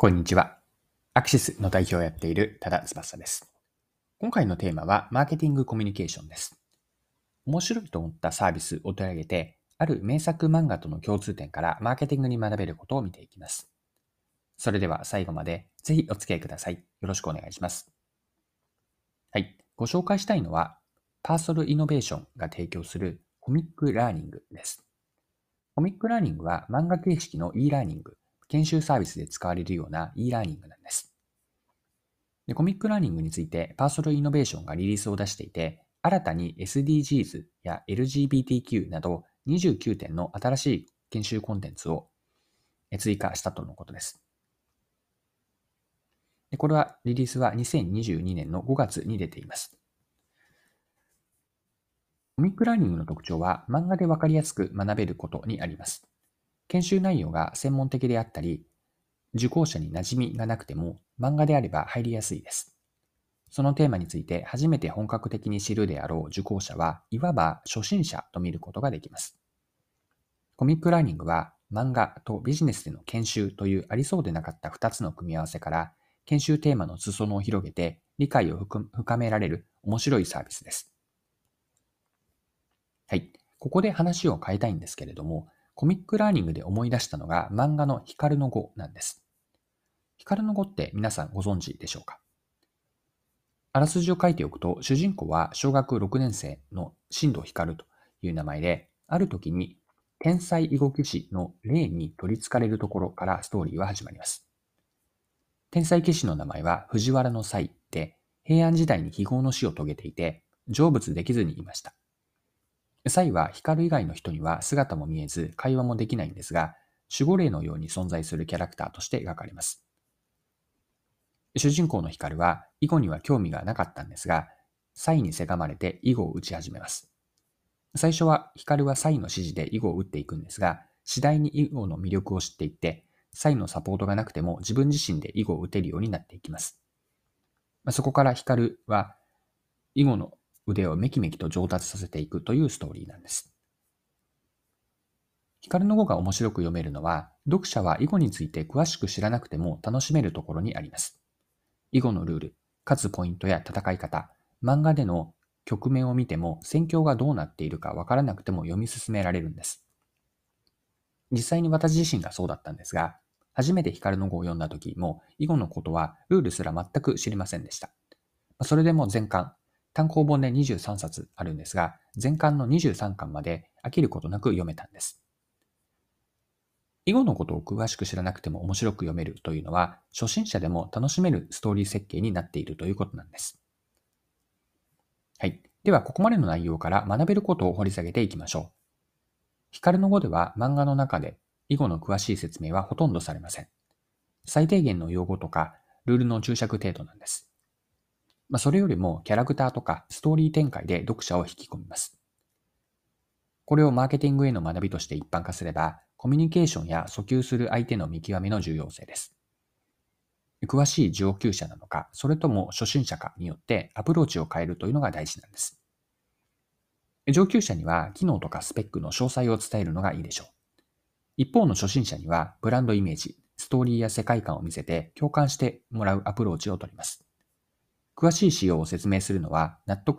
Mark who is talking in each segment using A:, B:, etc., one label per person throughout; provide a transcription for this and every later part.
A: こんにちは。アクシスの代表をやっている多田翼です。今回のテーマはマーケティングコミュニケーションです。面白いと思ったサービスを取り上げて、ある名作漫画との共通点からマーケティングに学べることを見ていきます。それでは最後までぜひお付き合いください。よろしくお願いします。はい。ご紹介したいのは、パーソルイノベーションが提供するコミックラーニングです。コミックラーニングは漫画形式の e ラーニング、研修サービスで使われるような e ラーニングなんです。で、コミックラーニングについてパーソルイノベーションがリリースを出していて、新たに SDGs や LGBTQ など29点の新しい研修コンテンツを追加したとのことです。で、これはリリースは2022年の5月に出ています。コミックラーニングの特徴は漫画でわかりやすく学べることにあります。研修内容が専門的であったり、受講者に馴染みがなくても漫画であれば入りやすいです。そのテーマについて初めて本格的に知るであろう受講者はいわば初心者と見ることができます。コミックラーニングは漫画とビジネスでの研修というありそうでなかった2つの組み合わせから研修テーマの裾野を広げて理解を深められる面白いサービスです。はい。ここで話を変えたいんですけれども、コミックラーニングで思い出したのが漫画の光の碁なんです。光の碁って皆さんご存知でしょうか？あらすじを書いておくと、主人公は小学6年生の進藤光という名前で、ある時に天才囲碁棋士の霊に取り憑かれるところからストーリーは始まります。天才棋士の名前は藤原の才で、平安時代に非業の死を遂げていて、成仏できずにいました。才は光以外の人には姿も見えず、会話もできないんですが、守護霊のように存在するキャラクターとして描かれます。主人公の光は囲碁には興味がなかったんですが、サイにせがまれて囲碁を打ち始めます。最初は光はサイの指示で囲碁を打っていくんですが、次第に囲碁の魅力を知っていって、サイのサポートがなくても自分自身で囲碁を打てるようになっていきます。そこから光は囲碁の腕をめきめきと上達させていくというストーリーなんです。光の碁が面白く読めるのは、読者は囲碁について詳しく知らなくても楽しめるところにあります。囲碁のルール、勝つポイントや戦い方、漫画での局面を見ても戦況がどうなっているかわからなくても読み進められるんです。実際に私自身がそうだったんですが、初めて光の碁を読んだ時も囲碁のことはルールすら全く知りませんでした。それでも全巻、単行本で23冊あるんですが、全巻の23巻まで飽きることなく読めたんです。囲碁のことを詳しく知らなくても面白く読めるというのは、初心者でも楽しめるストーリー設計になっているということなんです。はい。では、ここまでの内容から学べることを掘り下げていきましょう。光の碁では漫画の中で囲碁の詳しい説明はほとんどされません。最低限の用語とかルールの注釈程度なんです。それよりもキャラクターとかストーリー展開で読者を引き込みます。これをマーケティングへの学びとして一般化すれば、コミュニケーションや訴求する相手の見極めの重要性です。詳しい上級者なのか、それとも初心者かによってアプローチを変えるというのが大事なんです。上級者には機能とかスペックの詳細を伝えるのがいいでしょう。一方の初心者にはブランドイメージ、ストーリーや世界観を見せて共感してもらうアプローチをとります。詳しい仕様を説明するのは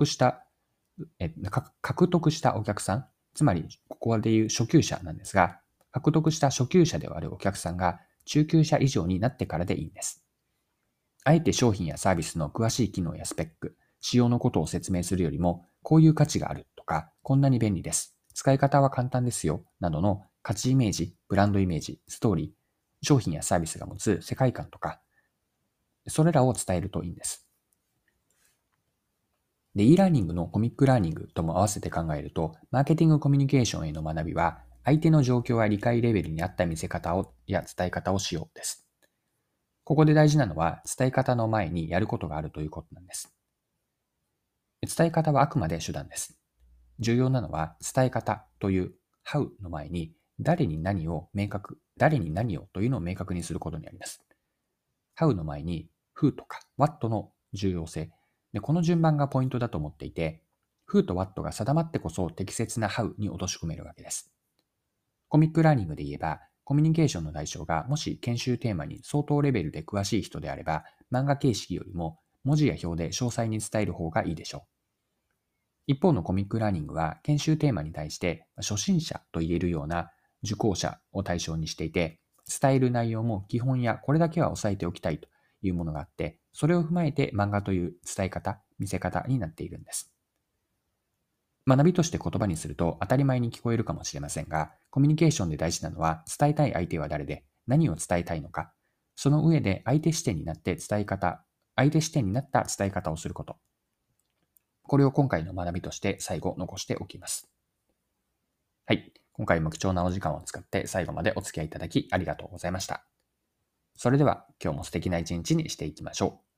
A: 獲得したお客さん、つまりここでいう初級者なんですが、獲得した初級者であるお客さんが中級者以上になってからでいいんです。あえて商品やサービスの詳しい機能やスペック、仕様のことを説明するよりも、こういう価値があるとか、こんなに便利です。使い方は簡単ですよ、などの価値イメージ、ブランドイメージ、ストーリー、商品やサービスが持つ世界観とか、それらを伝えるといいんです。で、e ラーニングのコミックラーニングとも合わせて考えると、マーケティングコミュニケーションへの学びは、相手の状況や理解レベルに合った見せ方や伝え方をしようです。ここで大事なのは、伝え方の前にやることがあるということなんです。伝え方はあくまで手段です。重要なのは、伝え方という how の前に、誰に何をというのを明確にすることにあります。how の前に who とか what の重要性。で、この順番がポイントだと思っていて、who と what が定まってこそ適切な how に落とし込めるわけです。コミックラーニングで言えば、 コミュニケーションの対象がもし研修テーマに相当レベルで詳しい人であれば、漫画形式よりも文字や表で詳細に伝える方がいいでしょう。一方のコミックラーニングは研修テーマに対して初心者と言えるような受講者を対象にしていて、伝える内容も基本やこれだけは押さえておきたいというものがあって、それを踏まえて漫画という伝え方、見せ方になっているんです。学びとして言葉にすると当たり前に聞こえるかもしれませんが、コミュニケーションで大事なのは伝えたい相手は誰で何を伝えたいのか、その上で相手視点になった伝え方をすること。これを今回の学びとして最後残しておきます。はい。今回も貴重なお時間を使って最後までお付き合いいただきありがとうございました。それでは今日も素敵な一日にしていきましょう。